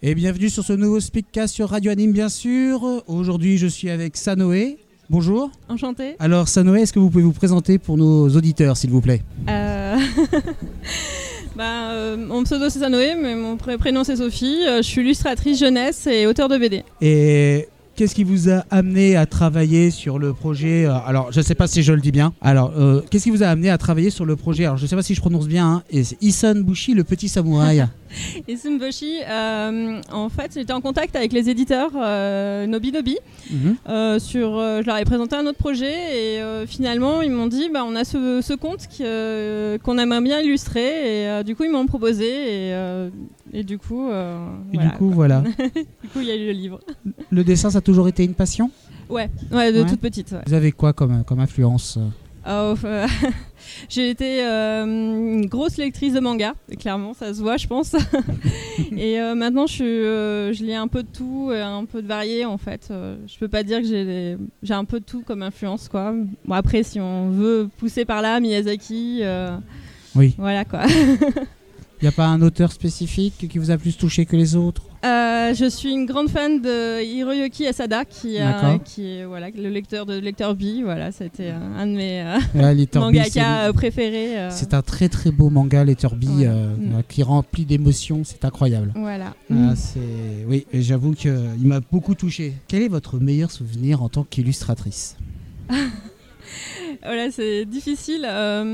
Et bienvenue sur ce nouveau Speakcast sur Radio Anime, bien sûr. Aujourd'hui, je suis avec Sanoé. Bonjour. Enchantée. Alors, Sanoé, est-ce que vous pouvez vous présenter pour nos auditeurs, s'il vous plaît? Mon pseudo c'est Sanoé, mais mon prénom c'est Sophie. Je suis illustratrice jeunesse et auteure de BD. Et qu'est-ce qui vous a amené à travailler sur le projet alors, je ne sais pas si je le dis bien. Alors, qu'est-ce qui vous a amené à travailler sur le projet? Alors, je ne sais pas si je prononce bien. Hein, et c'est Ison Bushi, le petit samouraï. Ison Bushi, en fait, j'étais en contact avec les éditeurs Nobi Nobi. Je leur ai présenté un autre projet et finalement, ils m'ont dit on a ce conte qu'on aimerait bien illustrer. Et du coup, ils m'ont proposé. Et du coup, voilà. Du coup, il y a eu le livre. Le dessin, ça a toujours été une passion? Ouais, de toute petite. Ouais. Vous avez quoi comme influence? J'ai été une grosse lectrice de manga, clairement, ça se voit, je pense. Et maintenant, je lis un peu de tout, un peu de varié, en fait. Je peux pas dire que j'ai un peu de tout comme influence, quoi. Bon, après, si on veut pousser par là, Miyazaki, oui. Voilà, quoi. Il n'y a pas un auteur spécifique qui vous a plus touché que les autres? Je suis une grande fan de Hiroyuki Asada, qui est le lecteur B. Voilà, c'était un de mes mangaka préférés. C'est un très très beau manga, Letter B, qui remplit d'émotions. C'est incroyable. Voilà. Oui, et j'avoue qu'il m'a beaucoup touché. Quel est votre meilleur souvenir en tant qu'illustratrice? Voilà, c'est difficile.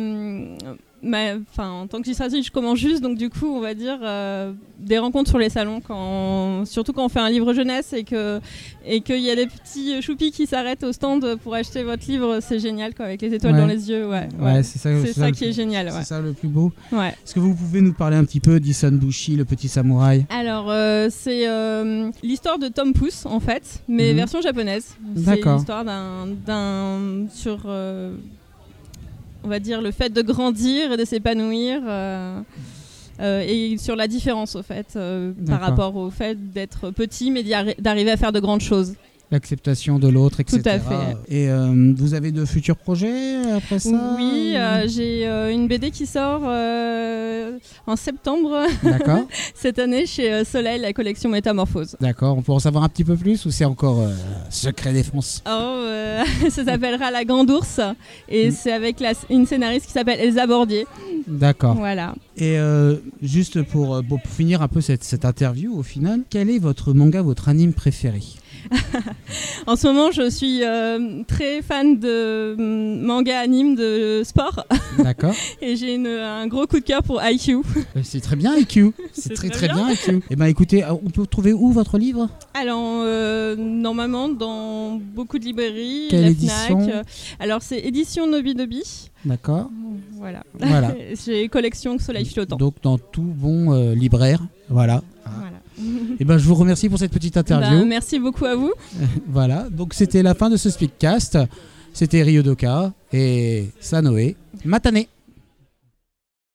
En tant qu'illustratrice, je commence juste, donc du coup, on va dire des rencontres sur les salons, surtout quand on fait un livre jeunesse et qu'il y a des petits choupis qui s'arrêtent au stand pour acheter votre livre, c'est génial, quoi, avec les étoiles dans les yeux. Ouais, c'est ça qui est génial. Ouais. C'est ça le plus beau. Ouais. Est-ce que vous pouvez nous parler un petit peu d'Ison Bushi, le petit samouraï? Alors, c'est l'histoire de Tom Pouce, en fait, mais version japonaise. D'accord. C'est l'histoire sur... on va dire le fait de grandir et de s'épanouir et sur la différence au fait par rapport au fait d'être petit mais d'arriver à faire de grandes choses. L'acceptation de l'autre, etc. Tout à fait. Et vous avez de futurs projets après ça? Oui, j'ai une BD qui sort en septembre cette année chez Soleil, la collection Métamorphose. D'accord, on peut en savoir un petit peu plus ou c'est encore secret défense? Ça s'appellera La Grande Ours et c'est avec une scénariste qui s'appelle Elsa Bordier. D'accord. Voilà. Et juste pour finir un peu cette interview au final, quel est votre manga, votre anime préféré? En ce moment, je suis très fan de manga anime de sport. D'accord. Et j'ai un gros coup de cœur pour IQ. C'est très bien IQ. C'est très bien IQ. Et écoutez, on peut trouver où votre livre? Alors, normalement, dans beaucoup de librairies. Quelle édition? Fnac. Alors, c'est édition Nobi Nobi. D'accord. Voilà. J'ai collection Soleil Flottant. Donc, dans tout bon libraire. Voilà. Et je vous remercie pour cette petite interview. Merci beaucoup à vous. Voilà, donc c'était la fin de ce Speakcast. C'était Ryodoka et Sanoé. Matane.